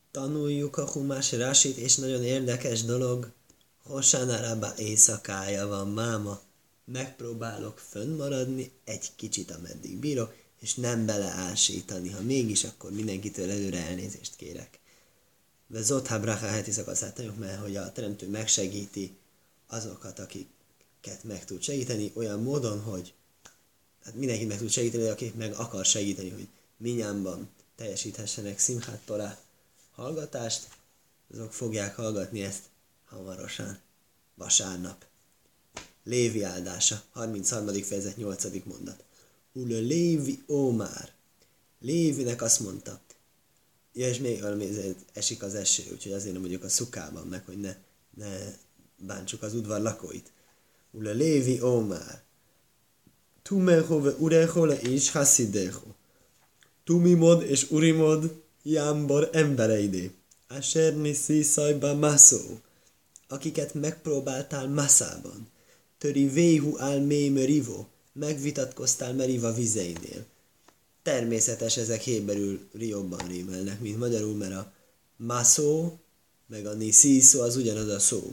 Tanuljuk a Humás Rasit, és nagyon érdekes dolog. Hossán Rabba éjszakája van máma. Megpróbálok fönnmaradni egy kicsit, ameddig bírok, és nem beleásítani. Ha mégis, akkor mindenkitől előre elnézést kérek. De Zothá Bracha heti szakaszát tanuljuk, mert hogy a teremtő megsegíti azokat, akiket meg tud segíteni, olyan módon, hogy hát mindenkit meg tud segíteni, akik meg akar segíteni, hogy minnyámban teljesíthessenek Szimchát Torah hallgatást, azok fogják hallgatni ezt hamarosan, vasárnap. Lévi áldása, 33. fejezet, 8. mondat. Ule Lévi Ómár. Lévinek azt mondta, ja, és még valami esik az eső, úgyhogy azért nem vagyok a szukában, meg hogy ne bántsuk az udvar lakóit. Ule Lévi Ómár. Tumeho ve ureho le is hasideho. Tumimod és urimod jámbor embereidé. Asher niszi szajba maszó. Akiket megpróbáltál Masszában. Töri véhu áll mély merivo. Megvitatkoztál Meriva vizeinél. Természetes, ezek héberül jobban rímelnek, mint magyarul, mert a maszó, meg a niszi szó az ugyanaz a szó.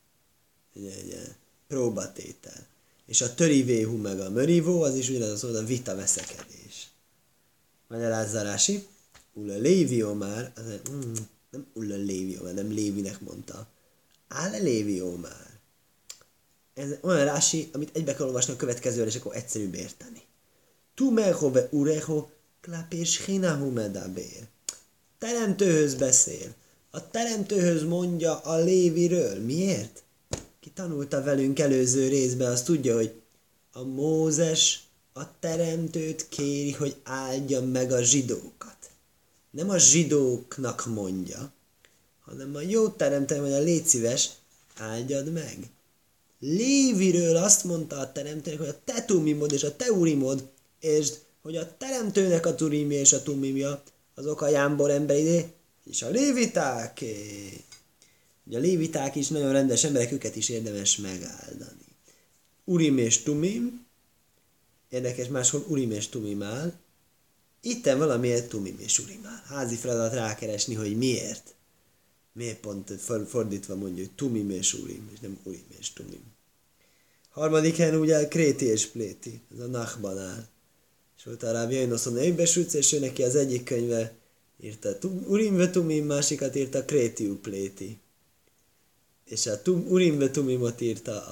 Próbatétel. És a töri véhu meg a merivo, az is ugyanaz a szó, a vita veszekedés. Magyarázza Rási. Ula Lévió már, nem Ula Lévió már, nem Lévinek mondta. Áll Lévió már. Ez olyan Rási, amit egybe kell olvasni a következőre, és akkor egyszerűbb érteni. Tumeho ve ureho klapés hinahu medabér. Teremtőhöz beszél. A teremtőhöz mondja a Léviről. Miért? Ki tanulta velünk előző részben, az tudja, hogy a Mózes a teremtőt kéri, hogy áldja meg a zsidókat. Nem a zsidóknak mondja, hanem a jó teremtő mondja, légy szíves, áldjad meg. Léviről azt mondta a teremtőnek, hogy a te tumimod és a te urimod, és hogy a teremtőnek a turimja és a tumimja, azok a jámbor emberidé, és a lévitáké. Ugye a léviták is nagyon rendes emberek, őket is érdemes megáldani. Urim és tumim, érdekes, máshol urim és tumim áll, itten valamiért tumim és urim áll. Házi feladat rákeresni, hogy miért. Miért pont fordítva mondja, hogy tumim és urim, és nem urim és tumim. Harmadik helyen ugye Kréti és Pléti, ez a Nachban áll. És volt a Rábi Jainoszon Eibesüc, és ő neki az egyik könyve írta Urim ve Tumim, másikat írta Krétiú Pléti. És a Urim ve Tumimot írta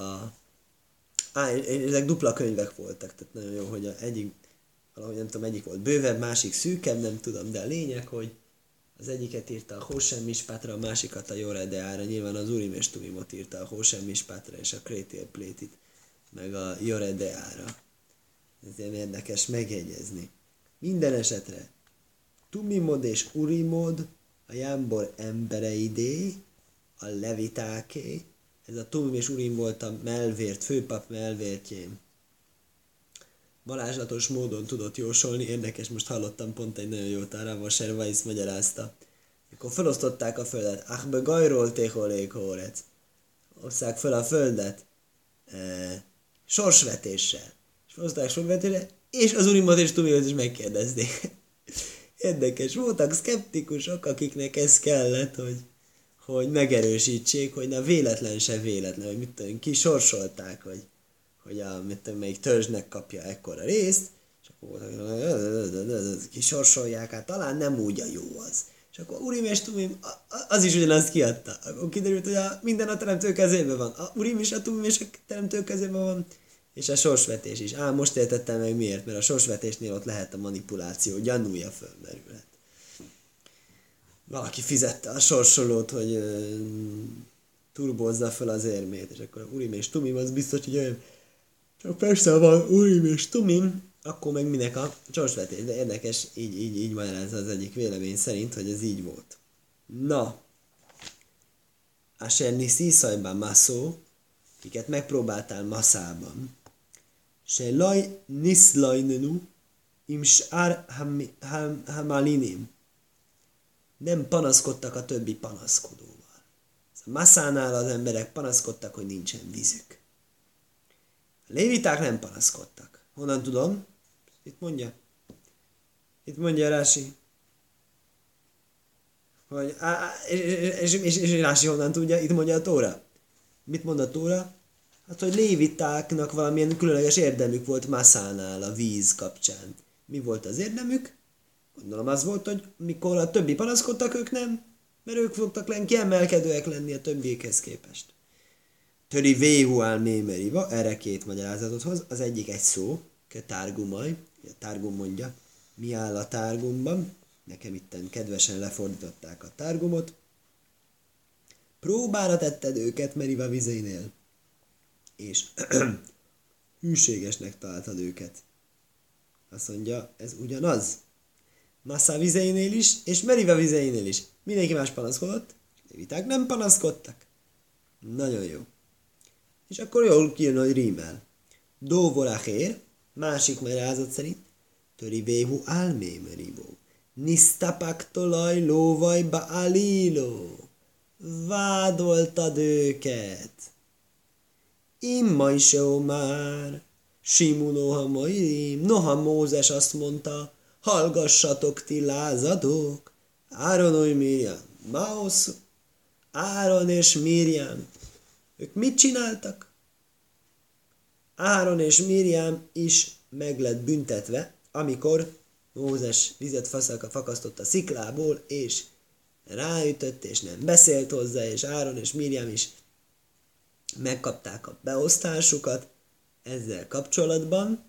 ezek dupla könyvek voltak, tehát nagyon jó, hogy egyik, valahogy nem tudom, egyik volt bővebb, másik szűkebb, nem tudom, de a lényeg, hogy az egyiket írta a Hósem Mispátra, a másikat a Joredeára, nyilván az Urim és Tumimot írta a Hósem Mispátra és a Krétiú Plétit, meg a Joredeára. Ez ilyen érdekes megjegyezni. Minden esetre Tumimod és Urimod a jámbor embereidé, a levitáké, ez a Tumim és Urim volt a melvért, főpap melvértjén. Varázslatos módon tudott jósolni, érdekes, most hallottam pont egy nagyon jót, Rava Asher Weiss magyarázta. Mikor felosztották a földet, Achbe Gajról Téholék Hórec, osszák fel a földet sorsvetéssel. És felosztották sorsvetésre, és az Urimot és Tumimot is megkérdezték. Érdekes, voltak szkeptikusok, akiknek ez kellett, hogy megerősítsék, hogy na véletlen se véletlen, hogy mit tudom, kisorsolták, hogy a mit tudom, melyik törzsnek kapja ekkora részt, és akkor voltak, kisorsolják, hát talán nem úgy a jó az. És akkor Urim és Tumim, az is ugyanazt kiadta. Akkor kiderült, hogy minden a teremtő kezében van. A Urim és a Tumim és a teremtő kezében van, és a sorsvetés is. Most értettem meg miért, mert a sorsvetésnél ott lehet a manipuláció, gyanúja fölmerülhet. Valaki fizette a sorsolót, hogy turbózza fel az érmét, és akkor a Urim és Tumim az biztos, hogy olyan. Csak persze, ha van Urim és Tumim, akkor meg minek a sorsvetés. De érdekes, így magyarázza az egyik vélemény szerint, hogy ez így volt. Na, Asher niszi szajban Masszó, kiket megpróbáltál Masszában, se laj niszlajnenu im sár hamalinim. Nem panaszkodtak a többi panaszkodóval. A Masszánál az emberek panaszkodtak, hogy nincsen vízük. A léviták nem panaszkodtak. Honnan tudom? Itt mondja. Itt mondja Rási. Hogy, és Rási honnan tudja, itt mondja a Tóra. Mit mond a Tóra? Hát, hogy lévitáknak valamilyen különleges érdemük volt Masszánál a víz kapcsán. Mi volt az érdemük? Gondolom az volt, hogy mikor a többi panaszkodtak, ők nem, mert ők fogtak lenni kiemelkedőek lenni a többiekhez képest. Töri véhuál mémeriva, erre két magyarázatot hoz. Az egyik egy szó, tárgumaj, a tárgum mondja, mi áll a tárgumban. Nekem itten kedvesen lefordították a tárgumot. Próbára tetted őket Meriva vizeinél, és hűségesnek találtad őket. Azt mondja, ez ugyanaz. Masszá vizeinél is, és Meriva vizeinél is. Mindenki más panaszkodott, léviták nem panaszkodtak. Nagyon jó. És akkor jól kijön, hogy rímel. Dóvorachér, másik magyarázat szerint, töri véhu álmé merivó. Nisztapaktolaj lóvaj baaliló. Vádoltad őket. Imma is jó már. Simunóha moirim. Noha Mózes azt mondta, hallgassatok ti lázadók. Áron és Miriam. Maosz. Áron és Miriam. Ők mit csináltak? Áron és Miriam is meg lett büntetve, amikor Mózes vizet fakasztott a sziklából, és ráütött, és nem beszélt hozzá, és Áron és Miriam is megkapták a beosztásukat ezzel kapcsolatban.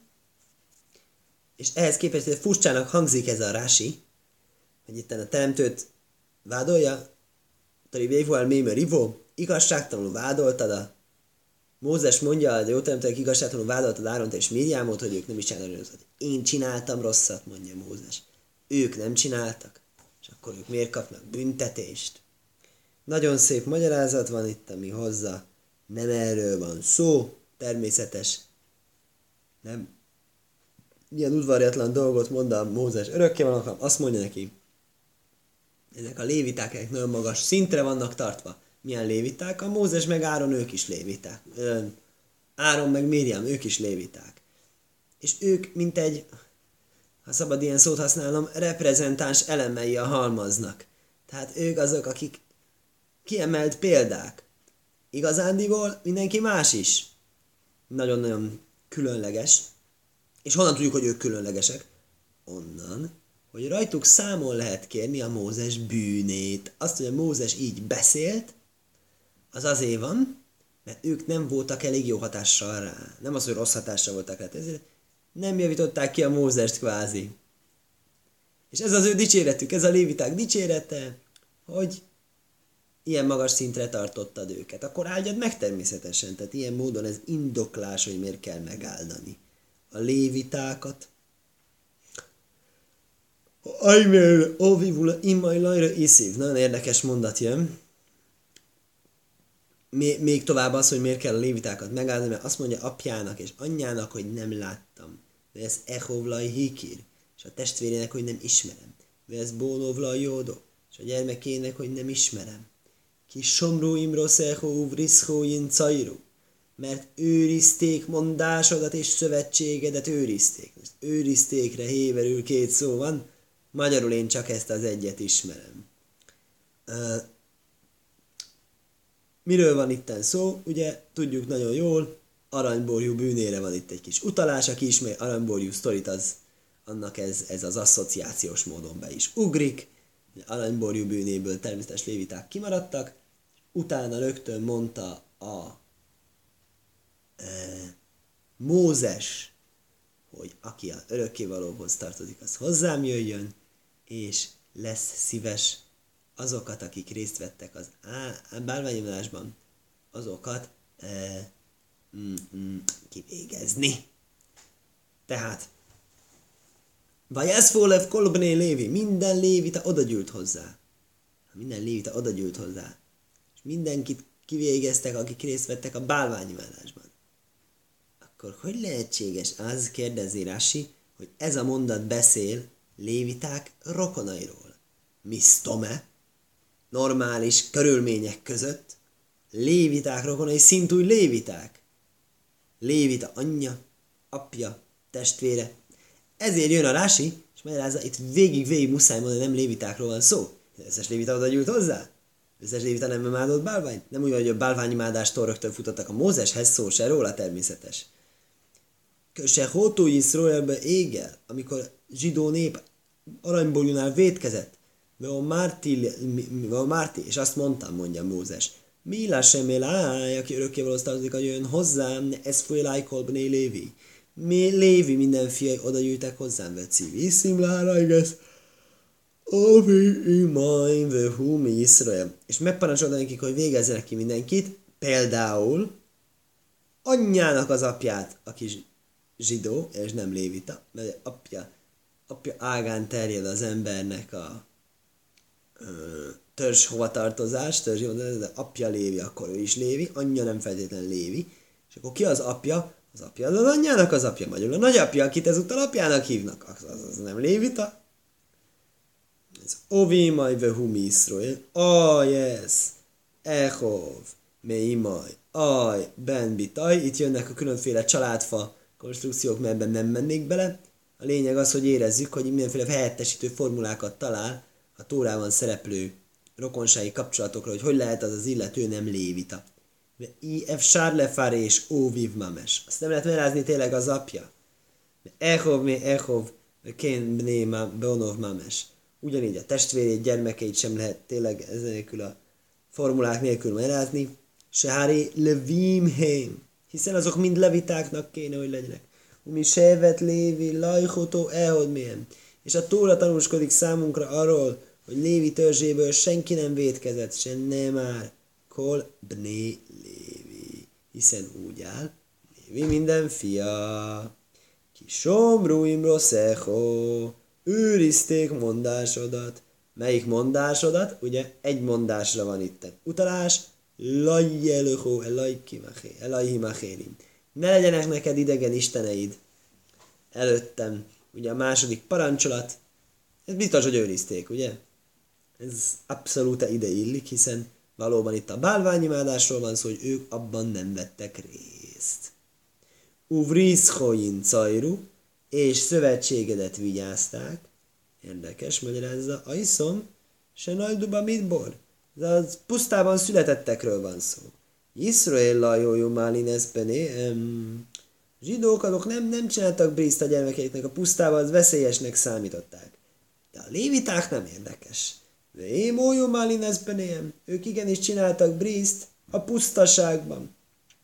És ehhez képest, hogy furcsának hangzik ez a Rási, hogy itt a teremtőt vádolja, Tari Vévuál Mémer Ivó, igazságtalanul vádoltad a Mózes mondja, hogy jó teremtőek igazságtalanul vádoltad Áront és Miriamot, hogy ők nem is csináltak rosszat. Én csináltam rosszat, mondja Mózes. Ők nem csináltak, és akkor ők miért kapnak büntetést? Nagyon szép magyarázat van itt, ami hozzá. Nem erről van szó, természetes. Nem ilyen udvariatlan dolgot mond a Mózes örökké van, hanem azt mondja neki, ezek a léviták nagyon magas szintre vannak tartva. Milyen léviták? A Mózes meg Áron, ők is léviták. Áron meg Miriam, ők is léviták. És ők, mint egy, ha szabad ilyen szót használnom, reprezentáns elemei a halmaznak. Tehát ők azok, akik kiemelt példák. Igazándiból mindenki más is. Nagyon-nagyon különleges. És honnan tudjuk, hogy ők különlegesek? Onnan, hogy rajtuk számon lehet kérni a Mózes bűnét. Azt, hogy a Mózes így beszélt, az azért van, mert ők nem voltak elég jó hatással rá. Nem az, hogy rossz hatással voltak rá, ezért nem javították ki a Mózest kvázi. És ez az ő dicséretük, ez a léviták dicsérete, hogy ilyen magas szintre tartottad őket. Akkor áldjad meg természetesen, tehát ilyen módon ez indoklás, hogy miért kell megáldani a lévitákat. Ajmér, ovivula, imaj, lajra, iszív. Nagyon érdekes mondat jön. Még tovább az, hogy miért kell a lévitákat megáldani, mert azt mondja apjának és anyjának, hogy nem láttam. Mert ez echovlaj hikír, és a testvérének, hogy nem ismerem. Mert ez bónovlaj jódo, és a gyermekének, hogy nem ismerem. Ki somrú imrosz echó vriszkóin cajrú, mert őrizték mondásodat és szövetségedet őrizték. Most őriztékre héverül két szó van, magyarul én csak ezt az egyet ismerem. Miről van itten szó? Ugye tudjuk nagyon jól, aranyborjú bűnére van itt egy kis utalás, aki ismeri aranyborjú sztorit, az annak ez az asszociációs módon be is ugrik. Aranyborjú bűnéből természetes léviták kimaradtak, utána rögtön mondta a Mózes, hogy aki az örökkévalóhoz tartozik, az hozzám jöjjön, és lesz szíves azokat, akik részt vettek az bálványimlásban, azokat kivégezni. Tehát, vagy ez fólev kolbné lévi, minden lévita odagyűlt hozzá. Minden lévita odagyűlt hozzá. És mindenkit kivégeztek, akik részt vettek a bálványimlásban. Akkor hogy lehetséges az, kérdezi Rási, hogy ez a mondat beszél léviták rokonairól? Misztome? Normális körülmények között léviták rokonai szintúgy léviták. Lévita anyja, apja, testvére. Ezért jön a Rási, és magyarázza, itt végig muszáj mondani, nem lévitákról van szó. Összes lévita oda gyűlt hozzá? Összes lévita nem imádott bálványt? Nem úgy, hogy a bálványimádástól rögtön futottak a Mózeshez, szó se róla természetes. Se Hótó Iszraelbe égel, amikor zsidó nép aranybolyunál vétkezett, a Márti, és azt mondtam, mondja Mózes, mi lássem eláj, aki örökkévalóhoz tartozik, hogy jön hozzám, ez folyláj kolbné Lévi. Mi Lévi minden fiai oda gyűjtek hozzám, veci viszim lárajgesz, Ovi imaim vehumi Iszrael. És megparancsolta nekik, hogy végezzenek ki mindenkit, például anyjának az apját, aki zsidó, és nem lévita, mert apja ágán terjed az embernek a törzs hovatartozás, de apja Lévi, akkor ő is Lévi, anyja nem feltétlenül Lévi, és akkor ki az apja? Az apja az anyjának az apja, magyarul a nagyapja, akit ezúttal apjának hívnak, az nem lévita. Ez Ovi imaj vehumi Iszrael, yes, Echov, me imaj, ben bitaj, itt jönnek a különféle családfa konstrukciók, mert ebben nem mennék bele. A lényeg az, hogy érezzük, hogy mindenféle helyettesítő formulákat talál a Tórában szereplő rokonsági kapcsolatokra, hogy lehet az illető nem lévita. If sárlefár és óviv mames. Azt nem lehet merázni tényleg az apja. Echov, kén bné beonov mames. Ugyanígy a testvérét, gyermekeit sem lehet tényleg ez nélkül a formulák nélkül merázni. Sehári levim heim. Hiszen azok mind levitáknak kéne, hogy legyenek. Umi sevet lévi lajhotó ehod milyen. És a Tóra tanúskodik számunkra arról, hogy Lévi törzséből senki nem vétkezett, se nem már. Kol bné Lévi. Hiszen úgy áll, Lévi minden fia. Ki somrú imroszecho. Őrizték mondásodat. Melyik mondásodat? Ugye egy mondásra van itt utalás. Lajjelöho elajhimachérim. Ne legyenek neked idegen isteneid előttem. Ugye a második parancsolat, ez biztos, hogy őrizték, ugye? Ez abszolút ide illik, hiszen valóban itt a bálványimádásról van szó, hogy ők abban nem vettek részt. Uvrizchoin cajru, és szövetségedet vigyázták. Érdekes, magyarázza. Aiszom, se najduba mitbor. De az pusztában születettekről van szó. Iszrael lajójú málin eszpené, zsidók azok nem csináltak brízt a gyermekeiknek, a pusztában az veszélyesnek számították. De a léviták nem érdekes. Vémójú málin eszpené, ők igenis csináltak brízt a pusztaságban.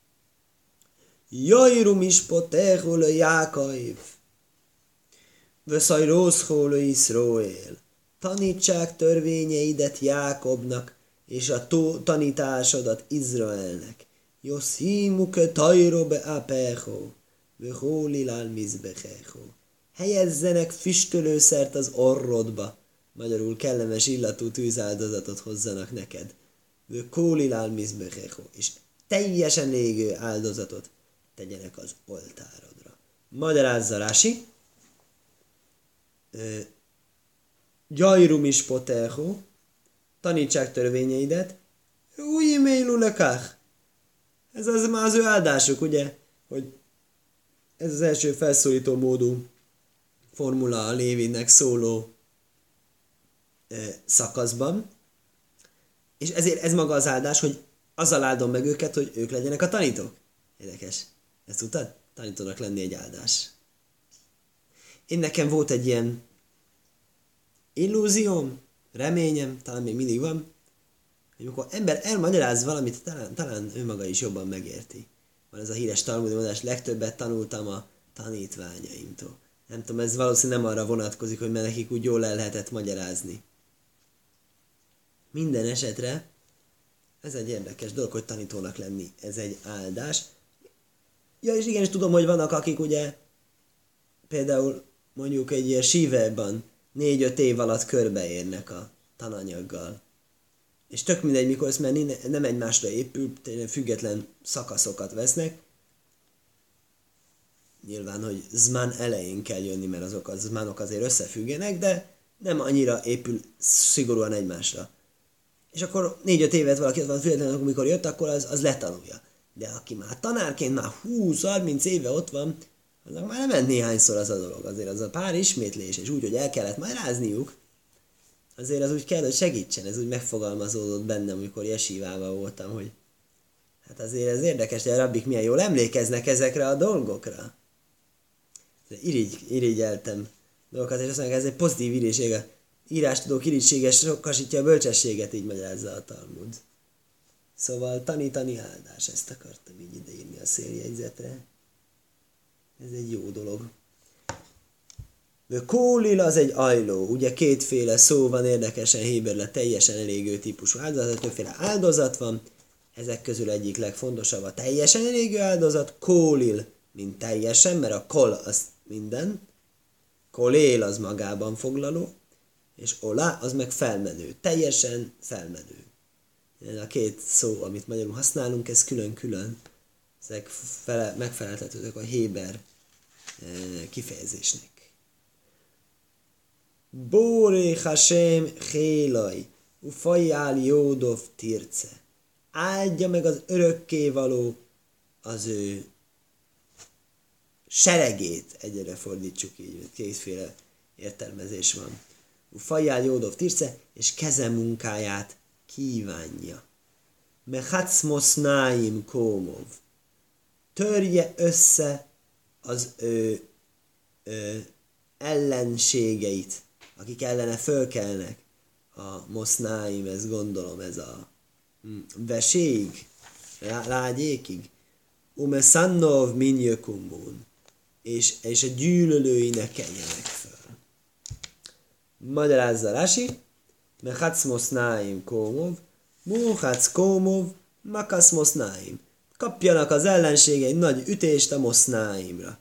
Jajrum is potehol a Jákaiv. Veszaj rosszhol a Iszrael. Tanítsák törvényeidet Jákobnak, és a tanításodat Izraelnek. Joszímuke tajrobe apecho, vehólilál mizbechecho. Helyezzenek füstölőszert az orrodba, magyarul kellemes illatú tűzáldozatot hozzanak neked. Vehólilál mizbechecho, és teljesen égő áldozatot tegyenek az oltárodra. Magyarázza Rási. Jajrum is potecho, tanítsák törvényeidet, új e-mailú lekach. Ez az már az ő áldásuk, ugye? Hogy ez az első felszólító módú formula a Lévinek szóló szakaszban. És ezért ez maga az áldás, hogy azzal áldom meg őket, hogy ők legyenek a tanítók. Érdekes. Ezt tudtad? Tanítónak lenni egy áldás. Én nekem volt egy ilyen illúzióm, reményem, talán még mindig van, hogy amikor ember elmagyaráz valamit, talán ő maga is jobban megérti. Van ez a híres talmudi mondás, legtöbbet tanultam a tanítványaimtól. Nem tudom, ez valószínűleg nem arra vonatkozik, hogy nekik úgy jól el lehetett magyarázni. Minden esetre ez egy érdekes dolog, hogy tanítónak lenni. Ez egy áldás. Ja, és igenis tudom, hogy vannak, akik ugye például mondjuk egy ilyen sívában 4-5 év alatt körbeérnek a tananyaggal. És tök mindegy, mikor ezt mert nem egymásra épül, független szakaszokat vesznek. Nyilván, hogy zmán elején kell jönni, mert azok a zmánok azért összefüggenek, de nem annyira épül szigorúan egymásra. És akkor 4-5 évet valaki ott van függetlenül, amikor jött, akkor az letanulja. De aki már tanárként már 20-30 éve ott van, azok már nem ment néhányszor az a dolog. Azért az a pár ismétlés, és úgy, hogy el kellett magyarázniuk, azért az úgy kell, hogy segítsen, ez úgy megfogalmazódott bennem, amikor jesívával voltam, hogy hát azért ez érdekes, hogy a rabbik milyen jól emlékeznek ezekre a dolgokra. Irigyeltem dolgokat, és azt mondják, ez egy pozitív irigység. A írástudók irigysége sokasítja a bölcsességet, így magyarázza a Talmud. Szóval tanítani áldás, ezt akartam így ideírni a széljegyzetre. Ez egy jó dolog. Kólil az egy ajló, ugye kétféle szó van érdekesen Héberle, teljesen elégő típusú áldozat, többféle áldozat van, ezek közül egyik legfontosabb a teljesen elégő áldozat, kólil, mint teljesen, mert a kol az minden, kolél az magában foglaló, és olá az meg felmenő, teljesen felmenő. A két szó, amit magyarul használunk, ez külön-külön, ezek megfeleltetőek a héber kifejezésnek. Bóré Hashem Hélaj, ufajjál Jódov Tirce. Áldja meg az örökkévaló az ő seregét, egyre fordítsuk így, kétféle értelmezés van. Ufajjál Jódov Tirce, és keze munkáját kívánja. Mechatszmosznáim kómov. Törje össze az ő ellenségeit, akik ellene fölkelnek. A mosznáim, ez gondolom, ez a veség, lágyékig. Umeszannov minjökumbún. És a gyűlölőinek kenjenek föl. Magyarázza Rási, Mechatsz mosznáim kómov, Múhatsz kómov, makasz mosznáim. Kapjanak az ellenségei nagy ütést a mosznáimra.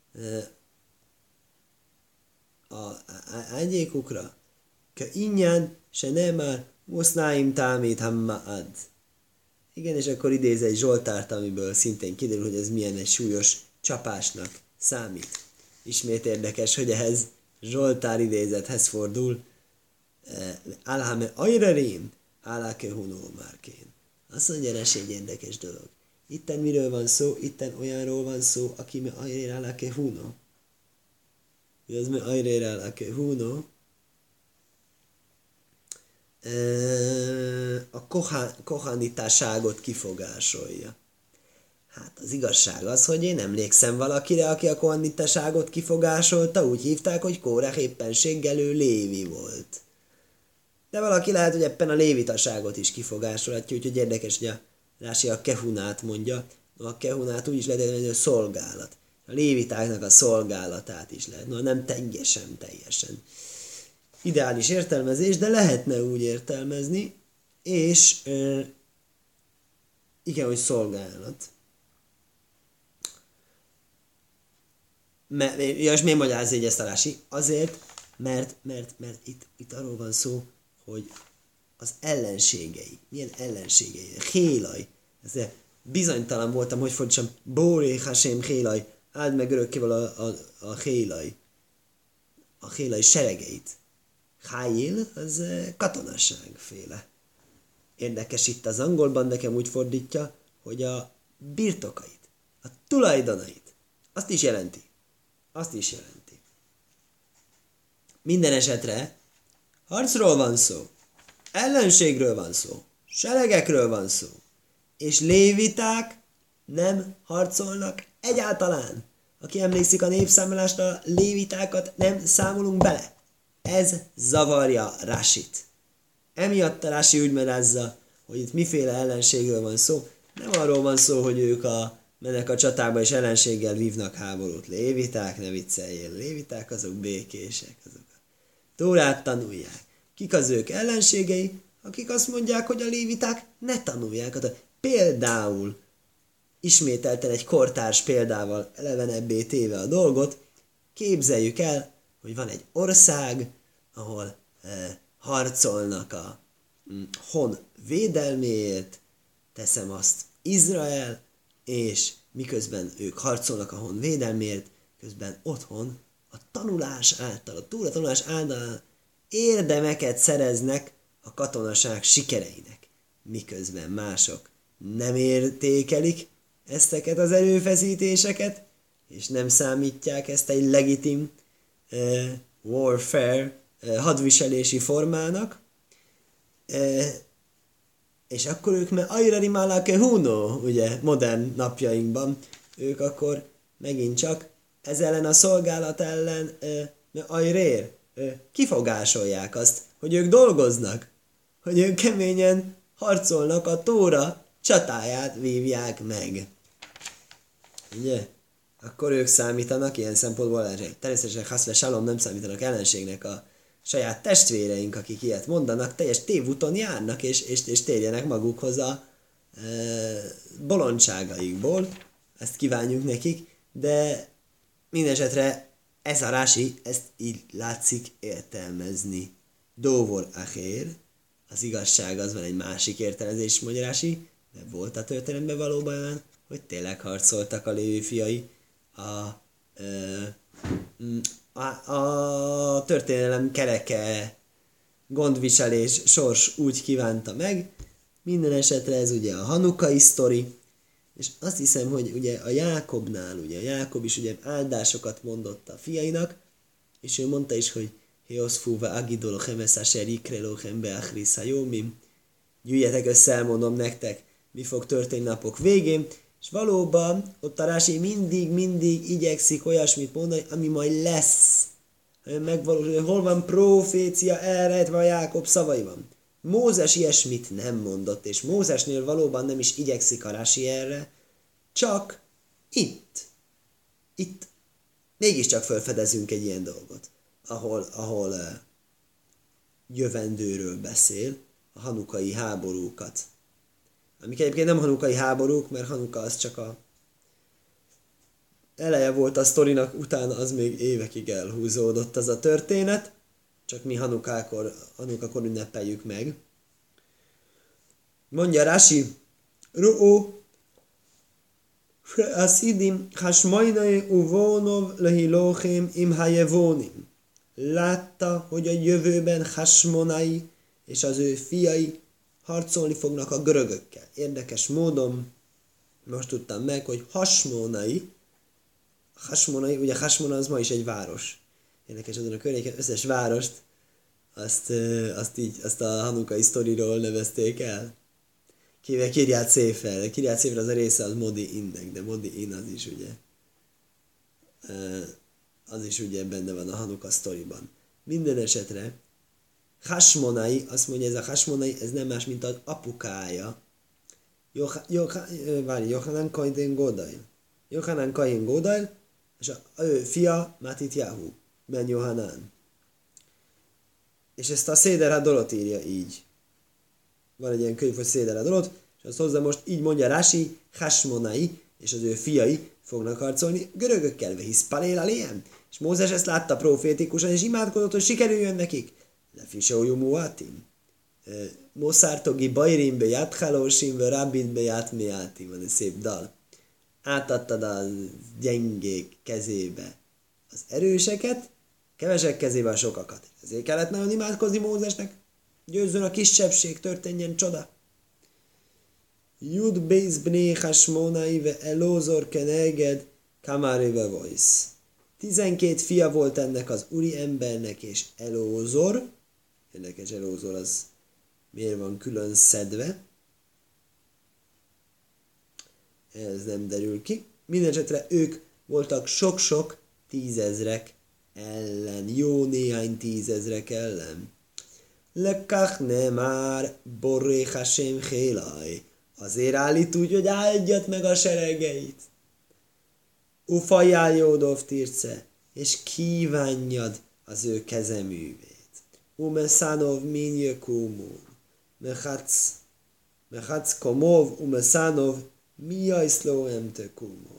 A ágyékukra. Ka inyan se nem már mosznáim támít hammaad. Igen, és akkor idéz egy Zsoltárt, amiből szintén kiderül, hogy ez milyen egy súlyos csapásnak számít. Ismét érdekes, hogy ehhez Zsoltár idézethez fordul. Álhame ajrarén, áláke hunó márkén. Azt mondja, ez egy érdekes dolog. Itten miről van szó? Itten olyanról van szó, aki me ajrén áláke hunó. Mi az me ajrén áláke hunó? A kohanitásságot kifogásolja. Hát az igazság az, hogy én emlékszem valakire, aki a kohanitásságot kifogásolta, úgy hívták, hogy Kórach éppenséggel ő Lévi volt. De valaki lehet, hogy éppen a lévitaságot is kifogásolhatja, úgyhogy érdekes, hogy a Rási a kehunát mondja, a kehunát úgy is lehet, hogy a szolgálat. A lévitáknak a szolgálatát is lehet. No, nem teljesen. Ideális értelmezés, de lehetne úgy értelmezni, és igen, hogy szolgálat. És miért magyarázza így ezt a Rási? Azért, mert itt arról van szó, hogy az ellenségei, milyen ellenségei, Hélaj, ezzel bizonytalan voltam, hogy fordítsam, Bóré Hashem Hélaj, áld meg örökkéval a Hélaj seregeit. Hájil, az katonasságféle. Érdekes itt az angolban, nekem úgy fordítja, hogy a birtokait, a tulajdonait, azt is jelenti. Minden esetre harcról van szó, ellenségről van szó, seregekről van szó, és léviták nem harcolnak egyáltalán. Aki emlékszik a népszámlálásra, lévitákat nem számolunk bele. Ez zavarja Rásit. Emiatt a Rási úgy magyarázza, hogy itt miféle ellenségről van szó. Nem arról van szó, hogy ők mennek a csatába és ellenséggel vívnak háborút. Léviták, ne vicceljél. Léviták azok békések. Azok a Tórát tanulják. Kik az ők ellenségei? Akik azt mondják, hogy a léviták ne tanulják. Például ismételten egy kortárs példával elevenebbé téve a dolgot, képzeljük el, hogy van egy ország, ahol harcolnak a hon védelméért, teszem azt Izrael, és miközben ők harcolnak a hon védelméért, közben otthon a tanulás által, a Tóra tanulás által érdemeket szereznek a katonaság sikereinek, miközben mások nem értékelik ezteket az erőfeszítéseket, és nem számítják ezt egy legitim warfare hadviselési formának, és akkor ők ajrari malake huno, ugye, modern napjainkban, ők akkor megint csak ez ellen a szolgálat ellen ajrér, kifogásolják azt, hogy ők dolgoznak, hogy ők keményen harcolnak, a Tóra csatáját vívják meg. Ugye? Akkor ők számítanak ilyen szempontból ellenség. Természetesen Haszve Salom nem számítanak ellenségnek a saját testvéreink, akik ilyet mondanak, teljes tévúton járnak, és térjenek magukhoz a bolondságaikból. Ezt kívánjuk nekik, de mindesetre ez a Rási, ezt így látszik értelmezni. Dóvor achér, az igazság az van egy másik értelmezés, mondja Rási, de volt a történetben valóban, hogy tényleg harcoltak a Lévi fiai a történelem kereke gondviselés sors úgy kívánta meg. Minden esetre ez ugye a hanukai sztori, és azt hiszem, hogy ugye a Jákobnál, ugye a Jákob is ugye áldásokat mondott a fiainak, és ő mondta is, hogy Heoszfúva agidolochem eszaser ikrelochem beachrisza jómim, gyűjjetek össze, elmondom nektek, mi fog történni napok végén, és valóban ott a Rási mindig igyekszik olyasmit mondani, ami majd lesz. Megvalósul, hol van profécia elrejtve a Jákob szavaiban. Mózes ilyesmit nem mondott, és Mózesnél valóban nem is igyekszik a Rási erre, csak itt mégiscsak felfedezünk egy ilyen dolgot, ahol jövendőről beszél, a hanukai háborúkat. Amik egyébként nem hanukai háborúk, mert Hanuka az csak a eleje volt a sztorinak, utána az még évekig elhúzódott az a történet, csak mi Hanukakor ünnepeljük meg. Mondja Rási, Ru'u Asidim Hashmainai Uvonov Lehilochem im Hajevonim. Látta, hogy a jövőben Hashmonai és az ő fiai harcolni fognak a görögökkel. Érdekes módon most tudtam meg, hogy Hashmonai, ugye Hashmona az ma is egy város. Érdekes, azon a környéken összes várost azt a hanukai sztoriról nevezték el. Kivéve Kirját Széfer. Kirját Széfer az a része az Modi Innek, de Modi In az is ugye benne van a hanuka sztoriban. Minden esetre Hashmonai, azt mondja, ez a Hashmonai, ez nem más, mint az apukája. Johanan Kain Godail. Johanan Kain Godail, és ő fia Matityahu, Ben Johanan. És ezt a Széder HaDorot írja így. Van egy ilyen könyv, hogy Széder HaDorot, és azt hozzá most így mondja Rási, Hashmonai, és az ő fiai fognak harcolni görögökkel, hisz Palél Aliem. És Mózes ezt látta profétikusan, és imádkozott, hogy sikerüljön nekik. Lefisójú muátim. Moszártogi bajrim be játkhálósim, ve rabbin be játmiátim. Van egy szép dal. Átadtad a gyengék kezébe az erőseket, kevesek kezébe a sokakat. Ezért kellett nagyon imádkozni Mózesnek. Győzzön a kisebbség, történjen csoda. Jud Bész Bné Hashmonai ve Elózor Keneged Kamáréve Voice. 12 fia volt ennek az úri embernek, és Elózor, érdekes, Elózor az miért van külön szedve, ez nem derül ki. Mindenesetre ők voltak sok-sok tízezrek ellen, jó néhány tízezrek ellen. Lekach ne már borré hasem hélaj. Azért állít úgy, hogy áldjad meg a seregeit. Ufajjál Jódov Tirce, és kívánjad az ő kezeművét. Umeszánov minjökumul, mechatsz komov, umeszánov miajszlóem tökumó.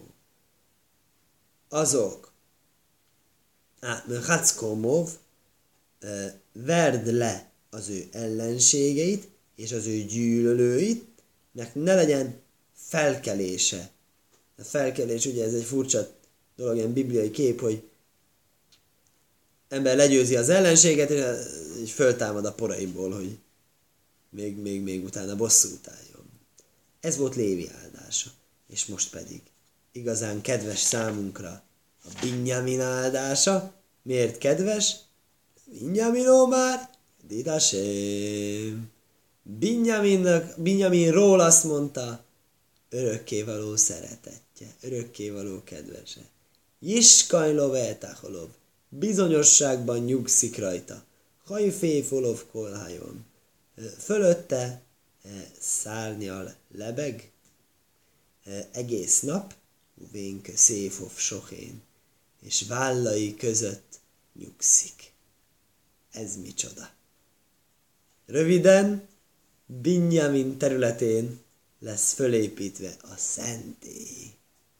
Azok, mechatsz komov, verd le az ő ellenségeit, és az ő gyűlölőit, nek ne legyen felkelése. A felkelés, ugye ez egy furcsa dolog, ilyen bibliai kép, hogy ember legyőzi az ellenséget, és föltámad a poraiból, hogy még utána bosszút álljon. Ez volt Lévi áldása. És most pedig igazán kedves számunkra a Binjamin áldása. Miért kedves? Binyamin már, Didasém. Binyaminról azt mondta, örökkévaló szeretetje, örökkévaló kedvese. Jiskajlov eltáholov, bizonyosságban nyugszik rajta. Hajféfolov kolhajon. Fölötte szárnyal lebeg, egész nap, vénk széfov sohén, és vállai között nyugszik. Ez micsoda? Röviden, Binyamin területén lesz fölépítve a szentély.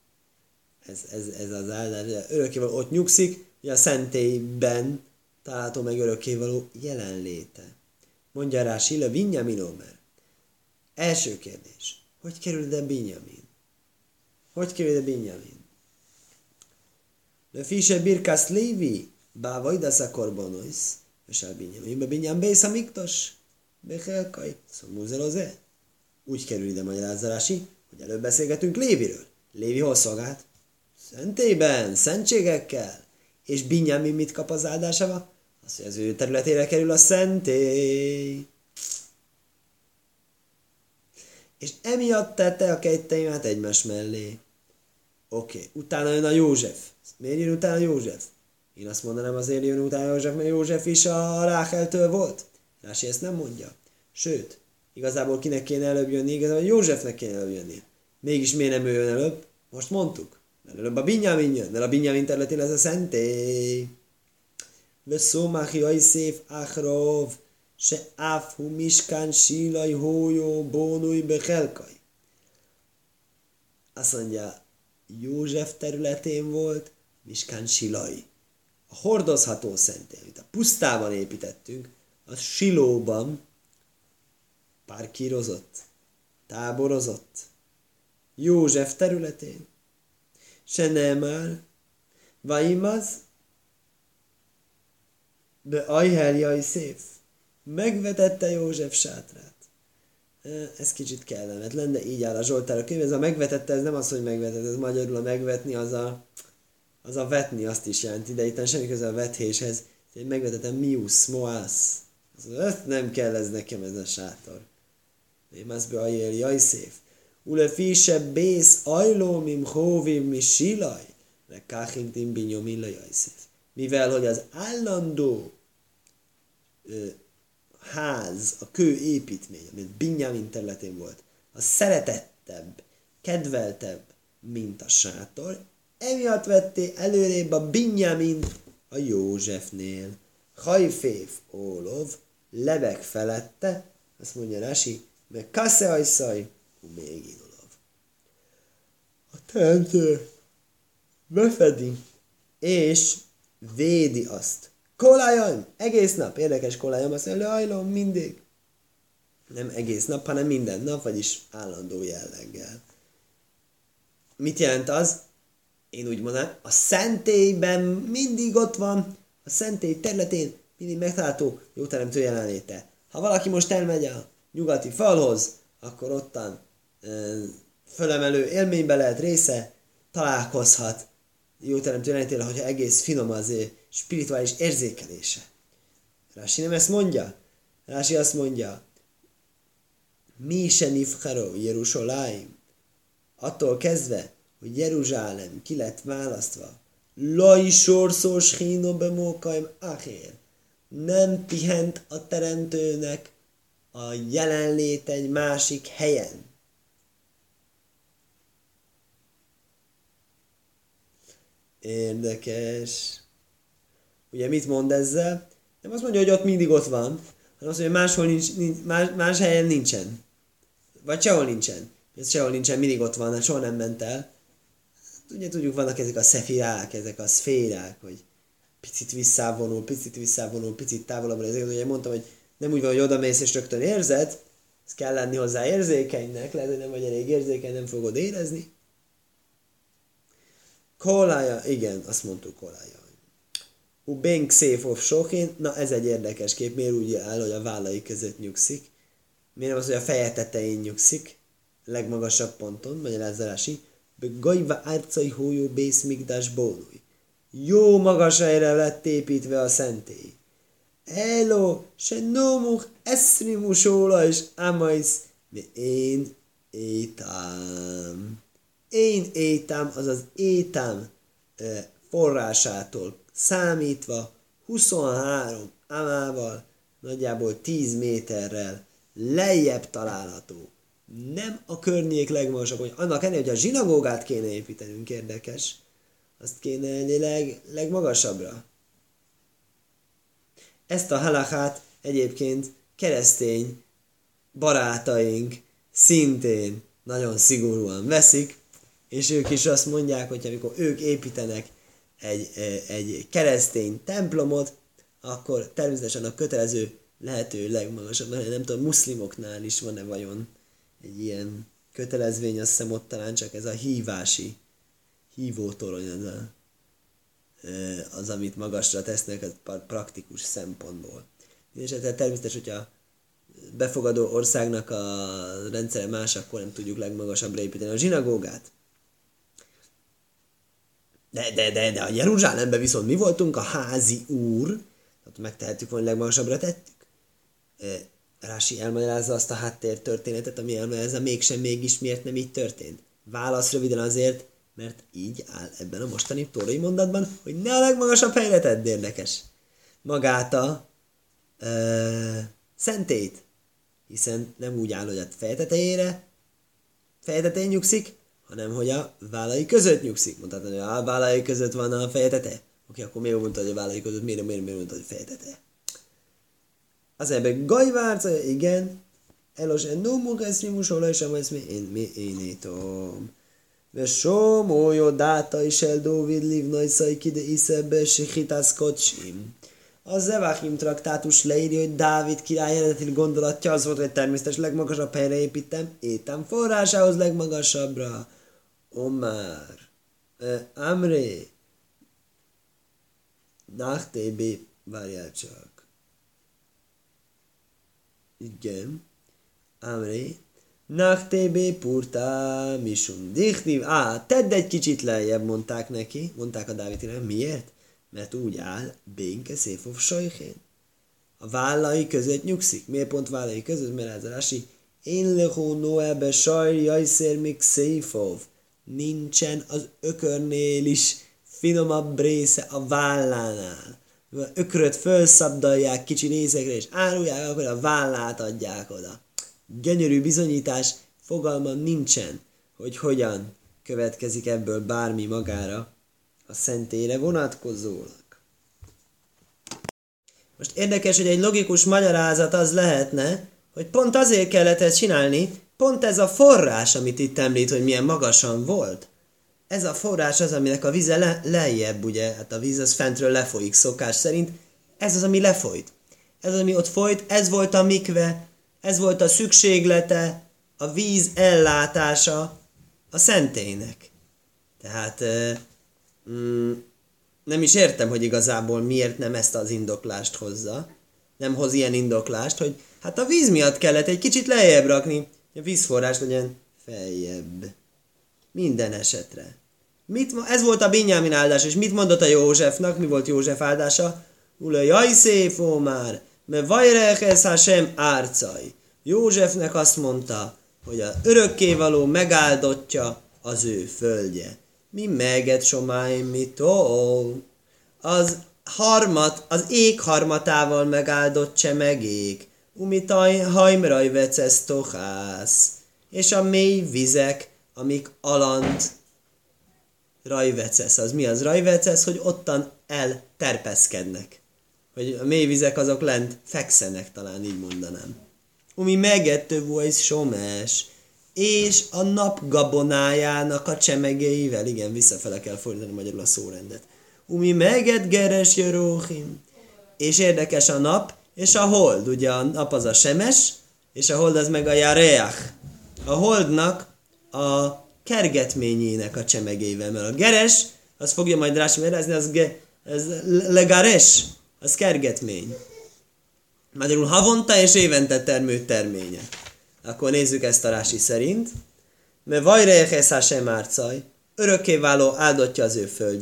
Ez az áldás, örökkévaló ott nyugszik, hogy a szentélyben található meg örökkévaló jelenléte. Mondja Rási, le Binyamin Omer. Első kérdés. Hogy kerül ide Binyamin? Hogy kerül ide Binyamin? Le fise birkász Lévi, bá vajdasz a korbonois, és el Binyamin, be Binyam bész a miktos, bechelkaj, szomúzelozé. Úgy kerül ide magyarázza Rási, hogy előbb beszélgetünk Léviről. Lévi hol szolgált? Szentélyben, szentségekkel. És Binyamin mit kap az áldásával? Az, hogy az ő területére kerül a szentély. És emiatt tette a kettejüket egymás mellé. Oké, utána jön a József. Miért jön utána József? Én azt mondanám, azért jön utána József, mert József is a Ráheltől volt. Rási ezt nem mondja. Sőt, igazából kinek kéne előbb jönni? Igazából Józsefnek kéne előbb jönni. Mégis miért nem ő jön előbb? Most mondtuk. Mert előbb a Binyamin jön, mert a Binyamin területén ez a szentély. Veszómáhi ajszéf achrov, se áfhu miskán sílaj hójó bónúj bechelkaj. Azt mondja, József területén volt miskán silaj. A hordozható szentély, amit a pusztában építettünk, az Silóban parkírozott, táborozott. József területén. Se nem már. Vaimaz be ajheljai szép. Megvetette József sátrát. Ez kicsit kellemetlen, de így áll a Zsoltár a könyv. Ez a megvetette, ez nem az, hogy megvetette, ez magyarul a megvetni, az a vetni azt is jelenti, de itt semmi köze a vethéshez. Megvetettem miusz, moász. Azt nem kell ez nekem ez a sátor. Én azt be ajheljai szép. Ule fise bész ajlómim hóvim mi silaj, le káchintim binyomin lajajszéf. Mivel, hogy az állandó ház, a kőépítmény, amit Binyamin területén volt, az szeretettebb, kedveltebb, mint a sátor, emiatt vetté előrébb a Binyamin a Józsefnél. Hajféf ólov, lebeg felette, azt mondja Rási, meg kasze ajszaj, még idolov. A teremtő befedi, és védi azt. Kolájam! Egész nap. Érdekes kolájam, azt mondja, hajlom mindig. Nem egész nap, hanem minden nap, vagyis állandó jelleggel. Mit jelent az? Én úgy mondanám, a szentélyben mindig ott van, a szentély területén mindig megtalálható jó teremtő jelenléte. Ha valaki most elmegy a nyugati falhoz, akkor ottan fölemelő élménybe lehet része, találkozhat jó teremtő jelenlétére, hogyha egész finom az spirituális érzékelése. Rási nem ezt mondja. Rási azt mondja, mi se nifkaro Jeruzsálem, attól kezdve, hogy Jeruzsálem ki lett választva, laj sorszós híno bemókaim achér, nem pihent a teremtőnek a jelenlét egy másik helyen. Érdekes. Ugye mit mond ezzel? Nem azt mondja, hogy ott mindig ott van, hanem azt mondja, hogy máshol más helyen nincsen. Vagy sehol nincsen. Ez sehol nincsen, mindig ott van, soha nem ment el. Ugye tudjuk, vannak ezek a szefirák, ezek a szférák, hogy picit visszavonul, picit távolabbra. Ezeket ugye mondtam, hogy nem úgy van, hogy odamész és rögtön érzed, ez kell lenni hozzá érzékenynek, lehet, hogy nem vagy elég érzékeny, nem fogod érezni. Kolája, igen, azt mondtuk kolája. Ubenk széfof sokén, na ez egy érdekes kép, miért úgy áll, hogy a vállai között nyugszik. Miért nem az, hogy a feje tetején nyugszik, legmagasabb ponton, magyarázza Rási, Gajva árcai hójó bész migdás bónúj. Jó magas helyre lett építve a szentély. Elo, se nomuch eszrimusóla és amaisz, mi én étám. Én étám, azaz étám forrásától számítva 23 amával, nagyjából 10 méterrel lejjebb található. Nem a környék legmagasabb, hogy annak ennél, hogy a zsinagógát kéne építenünk, érdekes, azt kéne enni legmagasabbra. Ezt a halachát egyébként keresztény barátaink szintén nagyon szigorúan veszik, és ők is azt mondják, hogy amikor ők építenek egy keresztény templomot, akkor természetesen a kötelező lehető legmagasabb, nem tudom, muszlimoknál is van-e vajon egy ilyen kötelezvény, azt hiszem ott talán csak ez a hívótorony, az, amit magasra tesznek, az praktikus szempontból. És természetesen, hogyha befogadó országnak a rendszere más, akkor nem tudjuk legmagasabbra építeni a zsinagógát. De a Jeruzsálemben viszont mi voltunk a házi úr, tehát megtehettük volna, legmagasabbra tettük. Rási elmagyarázza azt a háttértörténetet, ami elmagyarázza mégis miért nem így történt. Válasz röviden azért, mert így áll ebben a mostani tórai mondatban, hogy ne a legmagasabb helyre tedd, érdekes. Magát a szentét, hiszen nem úgy áll, hogy a fejetetején nyugszik, hanem hogy a vállai között nyugszik. Mondhatod, hogy a vállai között van a fejetete. Oké, akkor miért mondtad, hogy a vállai között, miért mondtad, hogy fejetete? Az ebben gajvárca, igen, elos en nómunk eszrimus ola, és amaz mi énétom. Vesomó jodáta is el Dóvid livnai szajkide iszebbe sichitász kocsim. A Zevachim traktátus leírja, hogy Dávid király eredeti gondolatja az volt, hogy természetes legmagasabb helyre építem, étem forrásához legmagasabbra. Omár, Amré, Nachtébé, várjál csak. Igen, Amré, Nachtébé purtá, misum dichtív. Tedd egy kicsit lejjebb, mondták neki, mondták a Dávidnak. Miért? Mert úgy áll, bénke széfov sajhén. A vállai között nyugszik. Miért pont vállai között? Mert ez a Rási. Én lehó noebe sajr jajszer mik széfov. Nincsen az ökörnél is finomabb része a vállánál. A ökröt fölszabdalják kicsi részekre, és árulják, akkor a vállát adják oda. Gyönyörű bizonyítás, fogalmam nincsen, hogy hogyan következik ebből bármi magára a szentélyre vonatkozólag. Most érdekes, hogy egy logikus magyarázat az lehetne, hogy pont azért kellett ezt csinálni, pont ez a forrás, amit itt említ, hogy milyen magasan volt. Ez a forrás az, aminek a vize lejjebb, ugye, hát a víz az fentről lefolyik szokás szerint, ez az, ami lefolyt. Ez az, ami ott folyt, ez volt a mikve, ez volt a szükséglete, a víz ellátása a szentélynek. Tehát nem is értem, hogy igazából miért nem ezt az indoklást hozza. Nem hoz ilyen indoklást, hogy hát a víz miatt kellett egy kicsit lejjebb rakni, hogy a vízforrás legyen feljebb. Minden esetre. Ez volt a Binyamin áldás, és mit mondott a Józsefnak? Mi volt József áldása? Ula jaj szép már, mert vajrehez Hashem árcai. Józsefnek azt mondta, hogy az örökkévaló megáldottja az ő földje. Mi meget somáim mitól? Az ég harmatával megáldott csemegék. Umitaj hajmraj vecesz tochász. És a mély vizek, amik alant rajvecesz. Az mi az rajvecesz? Hogy ottan elterpeszkednek. Hogy a mély vizek azok lent fekszenek, talán így mondanám. Umi megettő volt somes. És a nap gabonájának a csemegéivel, igen, visszafele kell fordítani magyarul a szórendet. Umi meget geres jöróhim. És érdekes a nap és a hold. Ugye a nap az a semes, és a hold az meg a jareach. A holdnak a kergetményének a csemegével, mert a geres, az fogja majd Rási magyarázni, az legares, az kergetmény. Magyarul havonta és évente termő terménye. Akkor nézzük ezt a Rási szerint. Mert vajrehez Hashem árcaj, örökkéváló áldottja az ő földje,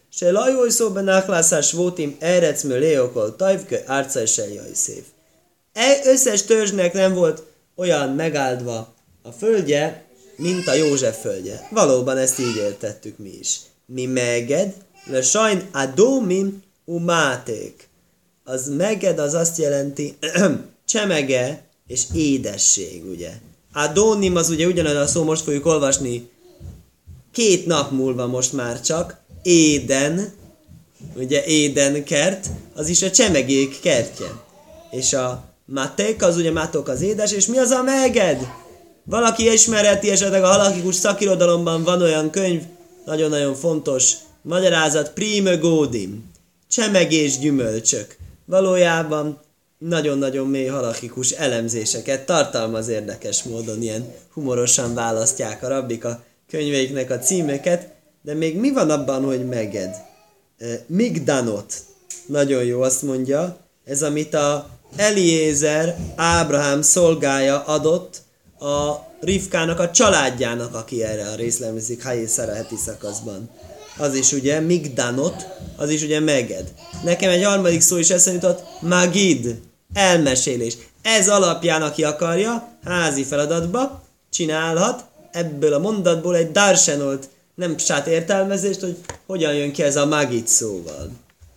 se lajoj szóben nachlászás vótim erecmő léokol tajvkö árca se jaj szép. Összes törzsnek nem volt olyan megáldva a földje, mint a József földje. Valóban ezt így értettük mi is. Mi meged, le sajn adomim umáték. Az meged az azt jelenti csemege és édesség, ugye. Adonim az ugye ugyanaz a szó, most fogjuk olvasni 2 nap múlva most már csak. Éden, ugye Éden kert, az is a csemegék kertje. És a maték az ugye mátok az édes, és mi az a meged? Valaki ismerheti esetleg a halakikus szakirodalomban van olyan könyv, nagyon-nagyon fontos magyarázat, prime gódim, csemegés gyümölcsök. Valójában nagyon-nagyon mély halakikus elemzéseket tartalmaz érdekes módon, ilyen humorosan választják a rabbik a könyveiknek a címeket, de még mi van abban, hogy meged? Migdanot. Nagyon jó, azt mondja, ez amit a Eliézer, Ábrahám szolgája adott a Rivkának a családjának, aki erre a részlemezik Hayészara heti szakaszban. Az is ugye Migdanot, az is ugye meged. Nekem egy harmadik szó is eszembe jutott, Magid, elmesélés. Ez alapján, aki akarja, házi feladatba csinálhat ebből a mondatból egy darsenolt, nem psát értelmezést, hogy hogyan jön ki ez a Magid szóval.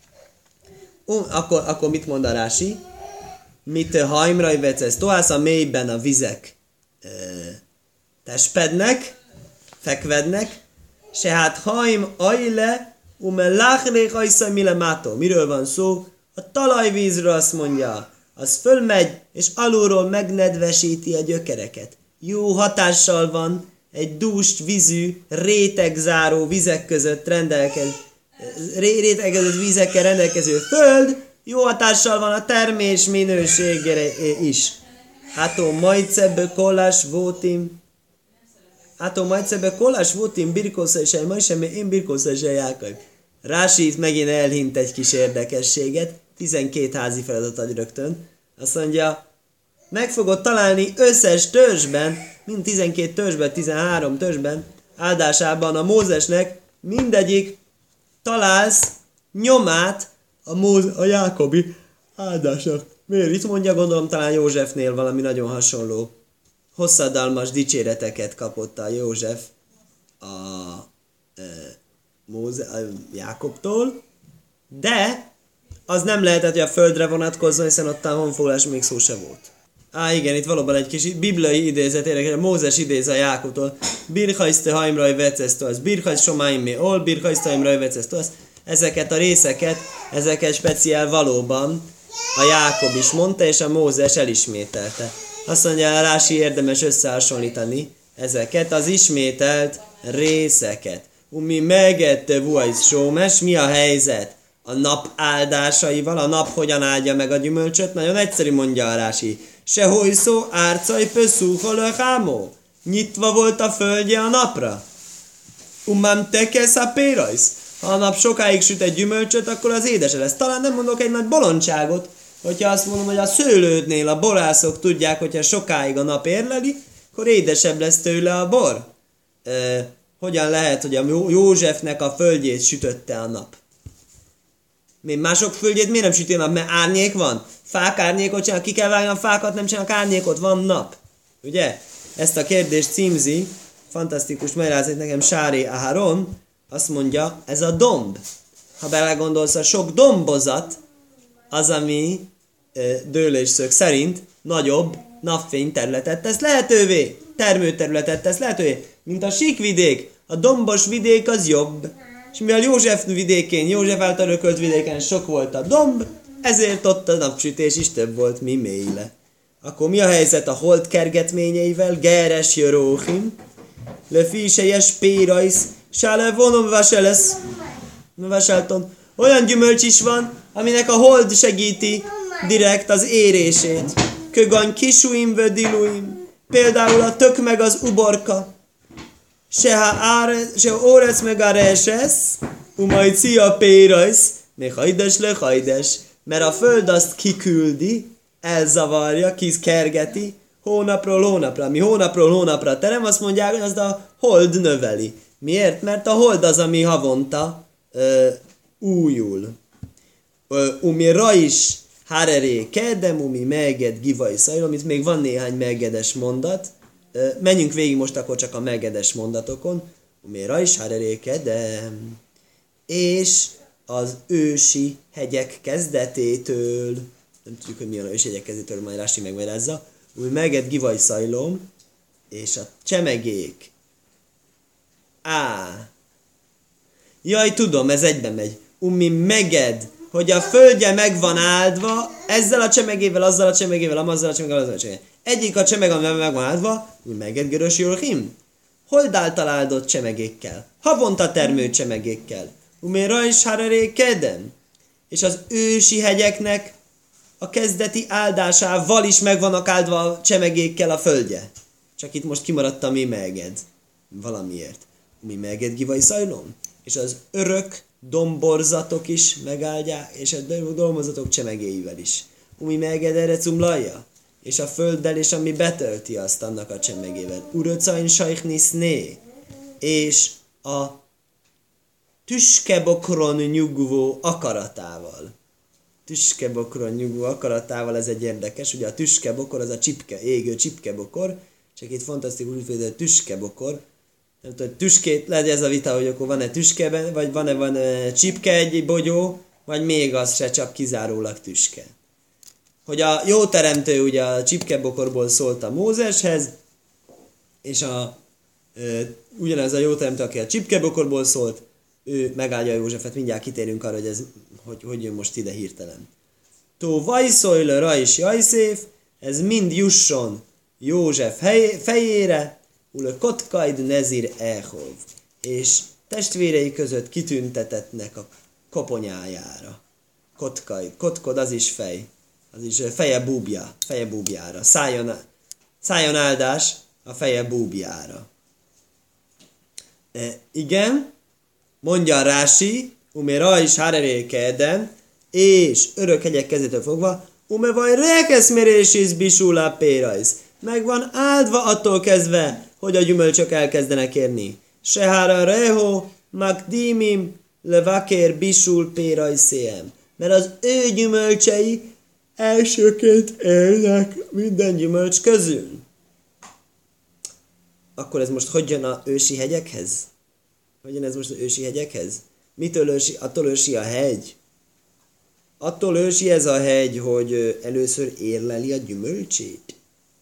Akkor mit mond a Rási? Mit hajmraj vecesz toász, a mélyben a vizek tespednek, fekvednek, se hát hajm ajle, láchlék ajszaj mile mátó. Miről van szó? A talajvízről azt mondja, az fölmegy, és alulról megnedvesíti a gyökereket. Jó hatással van egy dús vízű, rétegzáró vizek között rétegezett vízekkel rendelkező föld, jó hatással van a termés minőségére is. Hátó majcebbe kollás vótim, birkósza és egy majsem, én birkósza és egy Jákob. Rási itt megint elhint egy kis érdekességet, 12 házi feladat ad rögtön. Azt mondja, meg fogod találni összes törzsben, mind 12 törzsben, 13 törzsben, áldásában a Mózesnek mindegyik találsz nyomát a Jákobi áldásnak. Miért? Itt mondja, gondolom talán Józsefnél valami nagyon hasonló. Hosszadalmas dicséreteket kapott a József a Jákobtól, de az nem lehetett, hogy a földre vonatkozzon, hiszen ott a honfoglalás még szó se volt. Igen, itt valóban egy kis bibliai idézet érdekes, Mózes idéz a Jákobtól. Birchajszte hajmraj vecesztosz, birchajsz somáim mi ol, birchajszte hajmraj vecesztosz. Ezeket a részeket, ezeket speciál valóban a Jákob is mondta, és a Mózes elismételte. Azt mondja, a Rási érdemes összehasonlítani ezeket az ismételt részeket. Mi megette vuajsz sómes, mi a helyzet a nap áldásaival, a nap hogyan áldja meg a gyümölcsöt? Nagyon egyszerű, mondja a Rási. Sehogy szó árcaj pösszúhol hámó. Nyitva volt a földje a napra. Umám tekesz a pérajsz. Ha a nap sokáig süt egy gyümölcsöt, akkor az édese lesz. Talán nem mondok egy nagy bolondságot, hogyha azt mondom, hogy a szőlődnél a borászok tudják, hogyha sokáig a nap érleli, akkor édesebb lesz tőle a bor. Hogyan lehet, hogy a Józsefnek a földjét sütötte a nap? Még mások földjét miért nem süti a nap? Mert árnyék van. Fák árnyékot csinálnak, ki kell vágni a fákat, nem csinálnak árnyékot, van nap. Ugye? Ezt a kérdést címzi, fantasztikus magyarázat nekem Sári Aharon, azt mondja, ez a domb. Ha belegondolsz, a sok dombozat az, ami dőlésszög szerint nagyobb napfényterületet tesz lehetővé, termőterületet tesz lehetővé, mint a síkvidék. A dombos vidék az jobb. És mivel József vidékén, József által örökölt vidéken sok volt a domb, ezért ott a napsütés is több volt, mi mélyle. Akkor mi a helyzet a hold kergetményeivel? Geres jöróhim, lefísejes pérajsz, sále vonom vaselesz, olyan gyümölcs is van, aminek a hold segíti direkt az érését. Kögany kisúim vödiluim, például a tök meg az uborka. Se órec meg a resesz, umaj cia pérajsz, még hajdes le hajdes, mert a föld azt kiküldi, elzavarja, kikergeti, hónapról hónapra. Mi hónapról hónapra terem, azt mondják, hogy azt a hold növeli. Miért? Mert a hold az, ami havonta újul. Umi rais hareré kedem, umi meged givai szajlom, itt még van néhány megedes mondat. Menjünk végig most akkor csak a megedes mondatokon. Umi rais hareré kedem. És az ősi hegyek kezdetétől, nem tudjuk, hogy milyen ősi hegyek kezdetétől, majd Rási megmagyarázza, umi meged givai szajlom, és a csemegék. Jaj, tudom, ez egyben megy. Umi meged, hogy a földje meg van áldva, ezzel a csemegével, azzal a csemegével, azzal a csemegével, azzal a csemegével. Egyik a csemeg, ami meg van áldva, umi meged görös jólhim. Hold által áldott csemegékkel, havonta termő csemegékkel. Umi rais hareré kedem. És az ősi hegyeknek a kezdeti áldásával is meg vannak áldva a csemegékkel a földje. Csak itt most kimaradt a mi meged. Valamiért. Mi meged givai szajlom. És az örök domborzatok is megáldják, és a domborzatok csemegéivel is. Umi meged erre cumlaja. És a földdel, és ami betölti azt annak a csemegével. Uröcain sajchniszné. És a tüskebokron nyugvó akaratával. Tüskebokron nyugvó akaratával, ez egy érdekes. Ugye a tüskebokor az a égő csipkebokor, csak itt fantasztikus úgy hogy tüskebokor. Nem tudom, tüskét, lehet ez a vita, hogy akkor van-e tüskeben, vagy van-e csipke egy bogyó, vagy még az se, csak kizárólag tüske. Hogy a jó teremtő ugye a csipkebokorból szólt a Mózeshez, és ugyanez a jó teremtő, aki a csipkebokorból szólt, ő megáldja Józsefet, mindjárt kitérünk arra, hogy ez hogy jön most ide hirtelen. Tó vajszojlőra is jajszéf, ez mind jusson József fejére, ule kotkaid nezir ehov, és testvérei között kitüntetetnek a koponyájára. Kotkaid, kotkod az is fej, az is feje búbjára. Szálljon áldás a feje búbjára. Igen, mondja Rási, ume rais hareré kedem, és örök hegyek kezétől fogva, ume vaj rekeszmérésis bisula pérajsz. Meg van áldva attól kezdve, hogy a gyümölcsök elkezdenek érni. Sehára reho, magdimim, levakér bisul pérajszéem. Mert az ő gyümölcsei elsőként élnek minden gyümölcs közül. Akkor ez most hogy jön a ősi hegyekhez? Hogy jön ez most az ősi hegyekhez? Mitől ősi? Attól ősi a hegy. Attól ősi ez a hegy, hogy először érleli a gyümölcsét.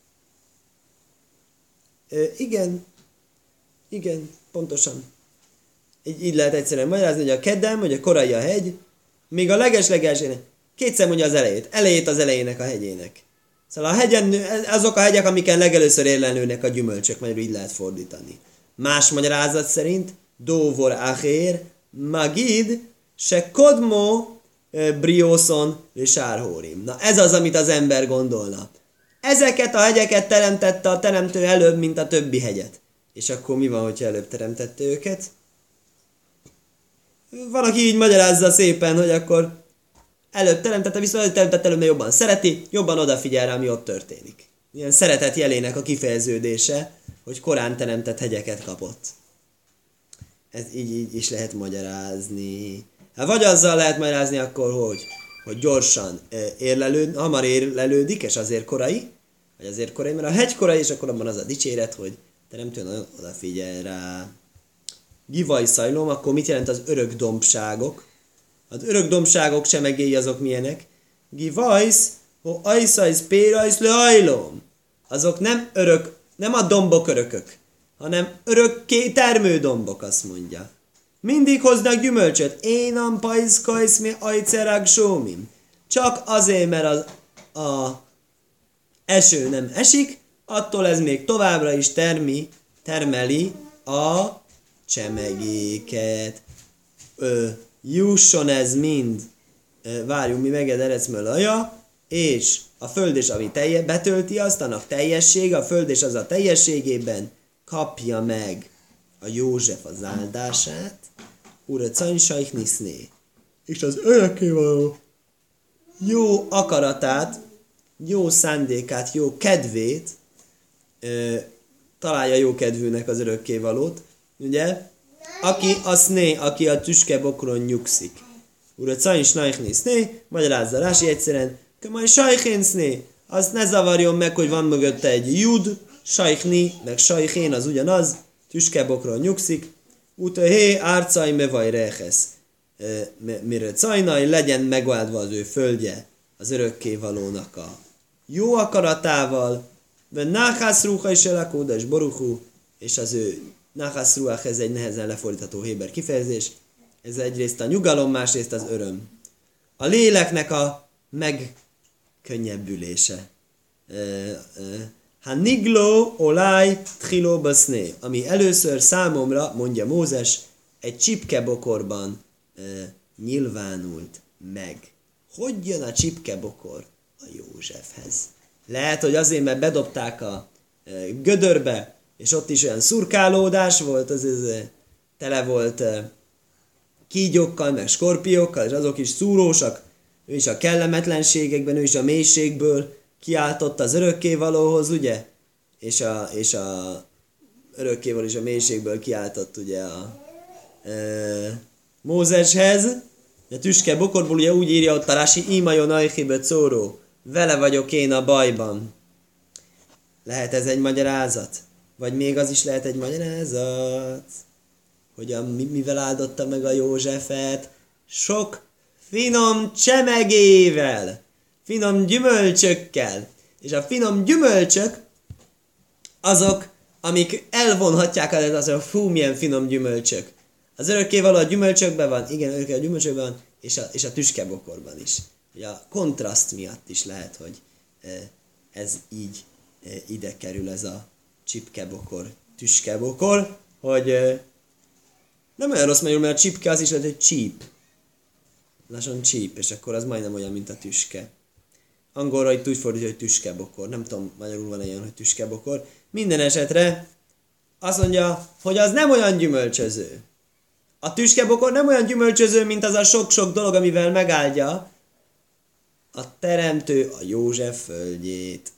Igen, pontosan. Így lehet egyszerűen magyarázni, hogy a kedem, hogy a korai a hegy, még a leges-legelsőnek, kétszer mondja az elejét az elejének a hegyének. Szóval a hegyen, azok a hegyek, amiken legelőször érlelőnek a gyümölcsök, majd így lehet fordítani. Más magyarázat szerint, dóvor achér, magid, se kodmo brioson és sárhórim. Na ez az, amit az ember gondolna. Ezeket a hegyeket teremtette a teremtő előbb, mint a többi hegyet. És akkor mi van, hogyha előbb teremtette őket? Van, aki így magyarázza szépen, hogy akkor előbb teremtette, viszont előbb teremtette előbb, mert jobban szereti, jobban odafigyel rá, mi ott történik. Ilyen szeretet jelének a kifejeződése, hogy korán teremtett hegyeket kapott. Ez így is lehet magyarázni. Hát vagy azzal lehet magyarázni akkor, hogy gyorsan hamar érlelődik, és azért korai, vagy azért korai, mert a hegy korai, és akkor abban az a dicséret, hogy teremtő nagyon odafigyel rá. Givaj szajlom, akkor mit jelent az örök dombságok? Az örök dombságok csemegéi azok milyenek? Givajsz, ho ajszajsz, pérajsz, lehajlom. Azok nem a dombok örökök, hanem örökké termő dombok, azt mondja. Mindig hoznak gyümölcsöt. Énam pajszkajsz mi ajcerák sómim. Csak azért, mert az eső nem esik, attól ez még továbbra is termeli a csemegéket. Jusson ez mind, várjunk mi meged erecmölaja, és a föld és ami betölti azt, annak teljessége, a föld és az a teljességében kapja meg a József az áldását, Uracain sajchniszné, és az örökkévaló jó akaratát, jó szándékát, jó kedvét találja jó kedvűnek az örökkévalót, ugye? aki a szné, aki a tüskebokron nyugszik. Ura Cain Snaichni szné, magyarázza Rási egyszerűen, majd Sajchén szné, azt ne zavarjon meg, hogy van mögötte egy jud, Sajchni, meg Sajchén az ugyanaz, tüskebokron nyugszik, uta hé, árcaj me vaj rehesz. Mire Cainai legyen megoldva az ő földje az örökkévalónak a jó akaratával, de Náhász Ruha is elakódas Boruchú, és az ő Náhász Ruach, ez egy nehezen lefordítható héber kifejezés, ez egyrészt a nyugalom, másrészt az öröm. A léleknek a megkönnyebbülése. Ha niglo olaj tchilo baszné, ami először számomra, mondja Mózes, egy csipkebokorban nyilvánult meg. Hogy jön a csipkebokor a Józsefhez? Lehet, hogy azért, mert bedobták a gödörbe, és ott is olyan szurkálódás volt, az tele volt kígyókkal, meg skorpiókkal, és azok is szúrósak, ő is a kellemetlenségekben, ő is a mélységből kiáltott az örökkévalóhoz, ugye? És a örökkévaló is a mélységből kiáltott, ugye, a Mózeshez. A tüske bokorból ugye úgy írja ott a Rási, Imajon ajchibe córó, vele vagyok én a bajban. Lehet ez egy magyarázat? Vagy még az is lehet egy magyarázat, hogy mivel áldotta meg a Józsefet? Sok finom csemegével, finom gyümölcsökkel. És a finom gyümölcsök azok, amik elvonhatják az fú, milyen finom gyümölcsök. Az örökkévaló a gyümölcsökben van, igen, örökkévaló a gyümölcsökben van, és a tüskebokorban is. Ugye a kontraszt miatt is lehet, hogy ez így ide kerül ez a csipkebokor, tüskebokor, hogy nem olyan rossz magyarul, mert a csipke az is lehet, hogy csíp. Lassan csíp, és akkor az majdnem olyan, mint a tüske. Angolra itt úgy fordítja, hogy tüskebokor. Nem tudom, magyarul van ilyen, hogy tüskebokor. Minden esetre azt mondja, hogy az nem olyan gyümölcsöző. A tüskebokor nem olyan gyümölcsöző, mint az a sok-sok dolog, amivel megáldja a teremtő a József földjét.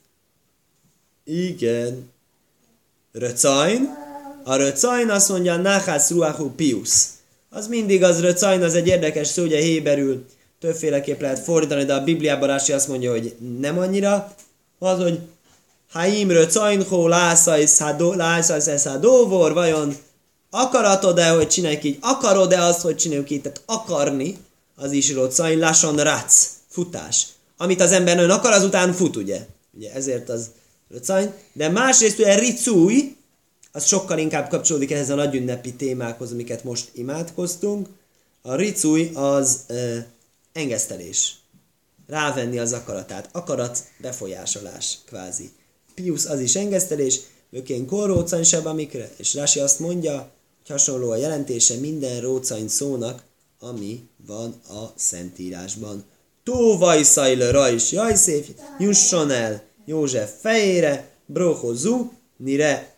Igen. Röcain. A röcain azt mondja, Náhász Ruachú Pius. Az mindig az röcain, az egy érdekes szó, ugye héberül többféleképp lehet fordítani, de a Bibliában Rási azt mondja, hogy nem annyira. Az, hogy Haim röcainhó lászajsz hádóvor, vajon akaratod-e, hogy csináljuk így? Akarod-e azt, hogy csináljuk így? Tehát akarni, az is röcain, lassan rác, futás. Amit az ember nagyon akar, azután fut, ugye? Ugye ezért az röcain. De másrészt ugye ricúj, az sokkal inkább kapcsolódik ehhez a nagyünnepi témákhoz, amiket most imádkoztunk. A ricúj az engesztelés. Rávenni az akaratát. Akarat befolyásolás, kvázi. Pius az is engesztelés, őkén korrócain sebamikre, és Rási azt mondja, hogy hasonló a jelentése minden rócain szónak, ami van a Szentírásban. Tóvajszajl rajs jajszéf, jusson el József fejére, brohozú, nire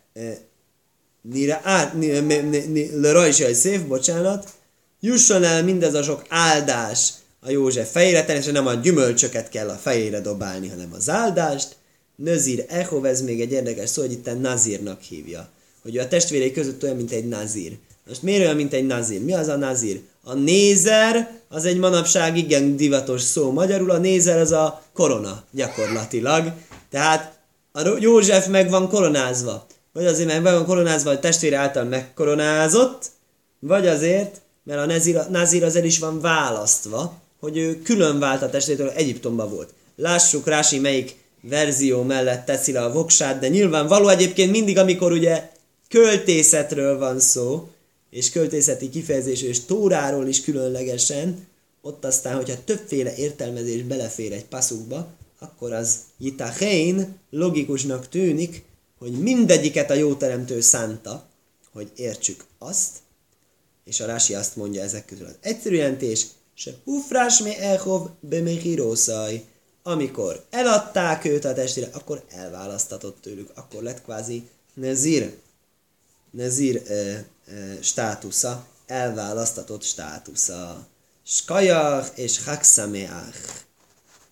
rajs jajszéf, bocsánat, jusson el mindez a sok áldás a József fejére, természetesen nem a gyümölcsöket kell a fejére dobálni, hanem az áldást. Nözír Echov, ez még egy érdekes szó, hogy itt nazírnak hívja. Hogy a testvérei között olyan, mint egy nazír. Most miért olyan, mint egy nazír? Mi az a nazír? A nézer, az egy manapság igen divatos szó. Magyarul a nézer az a korona, gyakorlatilag. Tehát a József meg van koronázva. Vagy azért, mert meg van koronázva, hogy testvére által megkoronázott, vagy azért, mert a nazír az el is van választva, hogy ő külön vált a testvérétől, Egyiptomban volt. Lássuk Rási melyik verzió mellett teszi le a voksát, de nyilvánvaló egyébként mindig, amikor ugye költészetről van szó, és költészeti kifejezésről, és Tóráról is különlegesen, ott aztán, hogyha többféle értelmezés belefér egy passzukba, akkor az jitachén logikusnak tűnik, hogy mindegyiket a jóteremtő szánta, hogy értsük azt, és a Rási azt mondja ezek közül az egyszerű jelentés, se hufrás me echov bemehirószaj, amikor eladták őt a testére, akkor elválasztatott tőlük, akkor lett kvázi nezír státusza, elválasztatott státusza. Skajach és hakszameach.